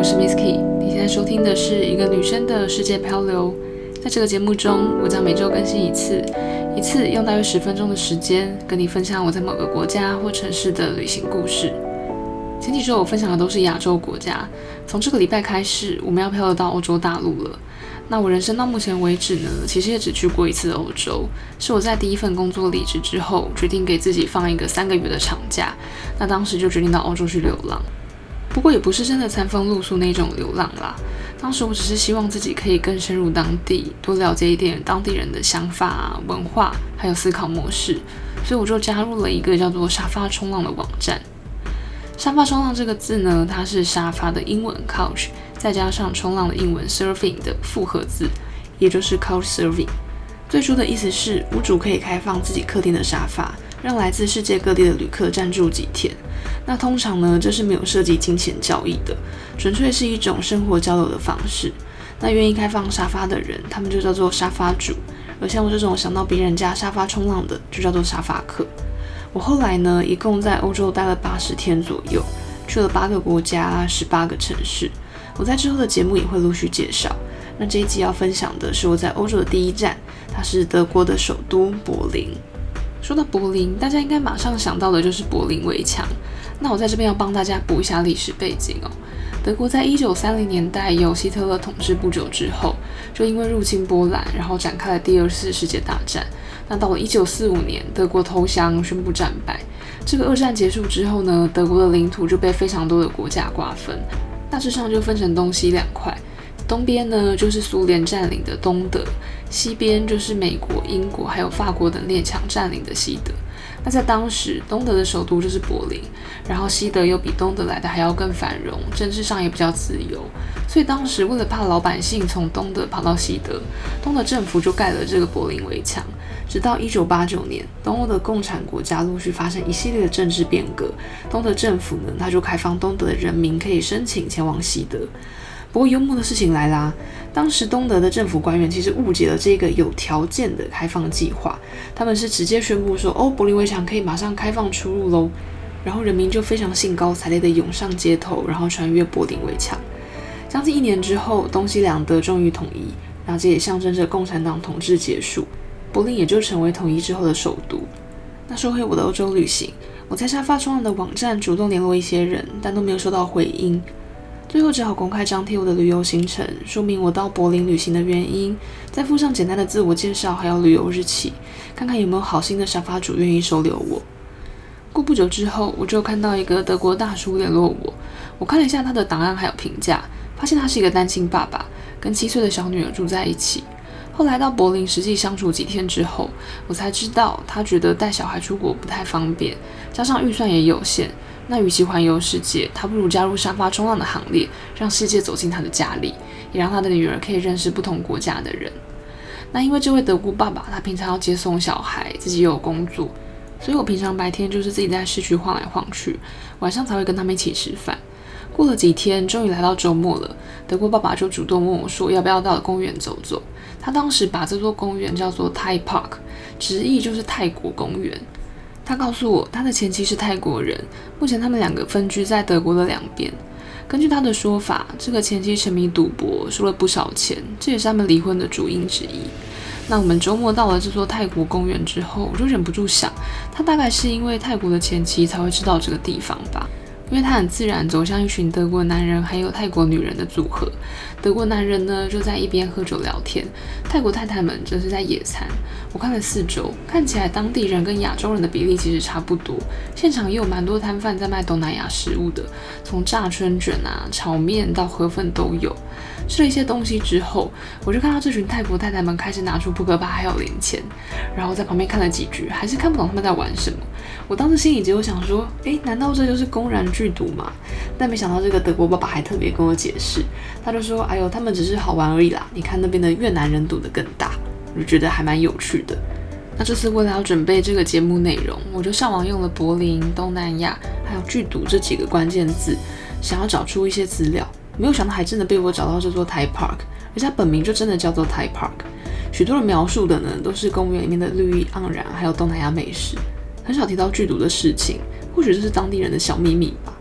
是 Misky， 你现在收听的是一个女生的世界漂流。在这个节目中，我将每周更新一次用大约10分钟的时间，跟你分享我在某个国家或城市的旅行故事。前几周我分享的都是亚洲国家，从这个礼拜开始，我们要漂流到欧洲大陆了。那我人生到目前为止呢，其实也只去过一次欧洲，是我在第一份工作离职之后，决定给自己放一个3个月的长假。那当时就决定到欧洲去流浪。不过也不是真的餐风露宿那种流浪啦，当时我只是希望自己可以更深入当地，多了解一点当地人的想法、文化，还有思考模式，所以我就加入了一个叫做沙发冲浪的网站。沙发冲浪这个字呢，它是沙发的英文 couch， 再加上冲浪的英文 surfing 的复合字，也就是 couch surfing。最初的意思是屋主可以开放自己客厅的沙发，让来自世界各地的旅客暂住几天。那通常呢，这是没有涉及金钱交易的，纯粹是一种生活交流的方式。那愿意开放沙发的人，他们就叫做沙发主，而像我这种想到别人家沙发冲浪的，就叫做沙发客。我后来呢，一共在欧洲待了80天左右，去了8个国家、18个城市。我在之后的节目也会陆续介绍。那这一集要分享的是我在欧洲的第一站，它是德国的首都柏林。说到柏林，大家应该马上想到的就是柏林围墙。那我在这边要帮大家补一下历史背景哦。德国在1930年代由希特勒统治不久之后，就因为入侵波兰，然后展开了第2次世界大战。那到了1945年，德国投降，宣布战败。这个2战结束之后呢，德国的领土就被非常多的国家瓜分，大致上就分成东西2块。东边呢就是苏联占领的东德，西边就是美国、英国还有法国等列强占领的西德。那在当时，东德的首都就是柏林，然后西德又比东德来的还要更繁荣，政治上也比较自由，所以当时为了怕老百姓从东德跑到西德，东德政府就盖了这个柏林围墙。直到1989年，东欧的共产国家陆续发生一系列的政治变革，东德政府呢，他就开放东德的人民可以申请前往西德。不过幽默的事情来啦，当时东德的政府官员其实误解了这个有条件的开放计划，他们是直接宣布说，柏林围墙可以马上开放出入咯，然后人民就非常兴高采烈地涌上街头，然后穿越柏林围墙。将近1年之后，东西2德终于统一，然后这也象征着共产党统治结束，柏林也就成为统一之后的首都。那说回我的欧洲旅行，我在沙发冲浪的网站主动联络一些人，但都没有收到回音。最后只好公开张贴我的旅游行程，说明我到柏林旅行的原因，再附上简单的自我介绍，还有旅游日期，看看有没有好心的沙发主愿意收留我。过不久之后，我就看到一个德国大叔联络我，我看了一下他的档案还有评价，发现他是一个单亲爸爸，跟7岁的小女儿住在一起。后来到柏林实际相处几天之后，我才知道他觉得带小孩出国不太方便，加上预算也有限。那与其环游世界，他不如加入沙发冲浪的行列，让世界走进他的家里，也让他的女儿可以认识不同国家的人。那因为这位德国爸爸他平常要接送小孩，自己也有工作，所以我平常白天就是自己在市区晃来晃去，晚上才会跟他们一起吃饭。过了几天，终于来到周末了，德国爸爸就主动问我说要不要到公园走走。他当时把这座公园叫做 Thai Park， 直译就是泰国公园。他告诉我，他的前妻是泰国人，目前他们2个分居在德国的2边。根据他的说法，这个前妻沉迷赌博，输了不少钱，这也是他们离婚的主因之一。那我们周末到了这座泰国公园之后，我就忍不住想，他大概是因为泰国的前妻才会知道这个地方吧。因为他很自然走向一群德国男人还有泰国女人的组合，德国男人呢就在一边喝酒聊天，泰国太太们则是在野餐。我看了4周，看起来当地人跟亚洲人的比例其实差不多，现场也有蛮多摊贩在卖东南亚食物的，从炸春卷啊、炒面到河粉都有。吃了一些东西之后，我就看到这群泰国太太们开始拿出扑克牌还有零钱，然后在旁边看了几局，还是看不懂他们在玩什么。我当时心里只有想说，难道这就是公然剧毒吗？但没想到这个德国爸爸还特别跟我解释，他就说，哎呦，他们只是好玩而已啦，你看那边的越南人赌得更大。我就觉得还蛮有趣的。那这次为了要准备这个节目内容，我就上网用了柏林、东南亚还有剧毒这几个关键字，想要找出一些资料。没有想到还真的被我找到这座 Thai Park， 而且它本名就真的叫做 Thai Park。许多人描述的呢，都是公园里面的绿意盎然，还有东南亚美食，很少提到剧毒的事情，或许这是当地人的小秘密吧。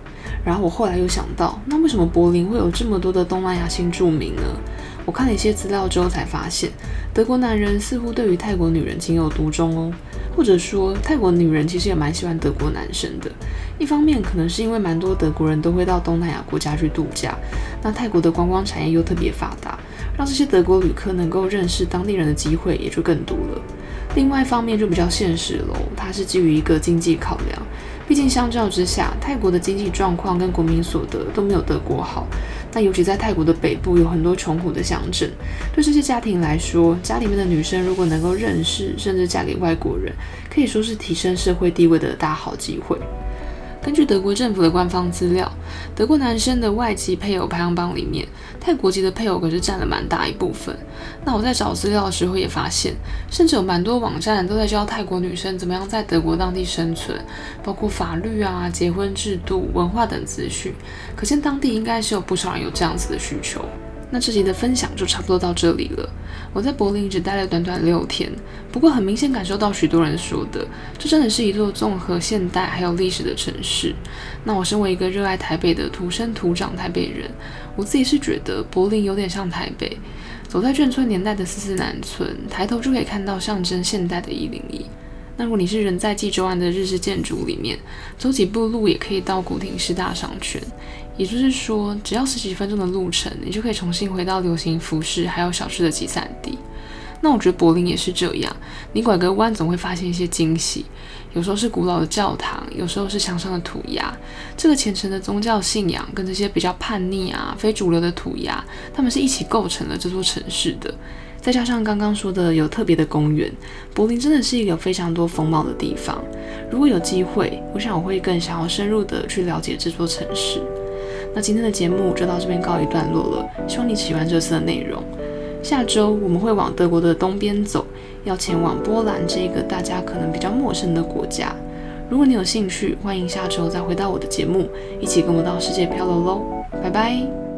然后我后来又想到，那为什么柏林会有这么多的东南亚新住民呢？我看了一些资料之后才发现，德国男人似乎对于泰国女人情有独钟哦，或者说泰国女人其实也蛮喜欢德国男生的。一方面可能是因为蛮多德国人都会到东南亚国家去度假，那泰国的观光产业又特别发达，让这些德国旅客能够认识当地人的机会也就更多了。另外一方面就比较现实咯，它是基于一个经济考量，毕竟相较之下，泰国的经济状况跟国民所得都没有德国好。那尤其在泰国的北部有很多穷苦的乡镇，对这些家庭来说，家里面的女生如果能够认识甚至嫁给外国人，可以说是提升社会地位的大好机会。根据德国政府的官方资料，德国男生的外籍配偶排行榜里面，泰国籍的配偶可是占了蛮大一部分。那我在找资料的时候也发现，甚至有蛮多网站都在教泰国女生怎么样在德国当地生存，包括法律啊、结婚制度、文化等资讯。可见当地应该是有不少人有这样子的需求。那这集的分享就差不多到这里了。我在柏林只待了短短6天，不过很明显感受到许多人说的，这真的是一座综合现代还有历史的城市。那我身为一个热爱台北的土生土长台北人，我自己是觉得柏林有点像台北。走在眷村年代的44南村，抬头就可以看到象征现代的101。那如果你是人在济州湾的日式建筑里面，走几步路也可以到古亭师大商圈。也就是说，只要10几分钟的路程，你就可以重新回到流行服饰还有小吃的集散地。那我觉得柏林也是这样，你拐个弯总会发现一些惊喜，有时候是古老的教堂，有时候是墙上的涂鸦。这个虔诚的宗教信仰跟这些比较叛逆啊、非主流的涂鸦，他们是一起构成了这座城市的。再加上刚刚说的有特别的公园，柏林真的是一个有非常多风貌的地方。如果有机会，我想我会更想要深入的去了解这座城市。那今天的节目就到这边告一段落了，希望你喜欢这次的内容。下周我们会往德国的东边走，要前往波兰这个大家可能比较陌生的国家。如果你有兴趣，欢迎下周再回到我的节目，一起跟我到世界漂流咯。拜拜。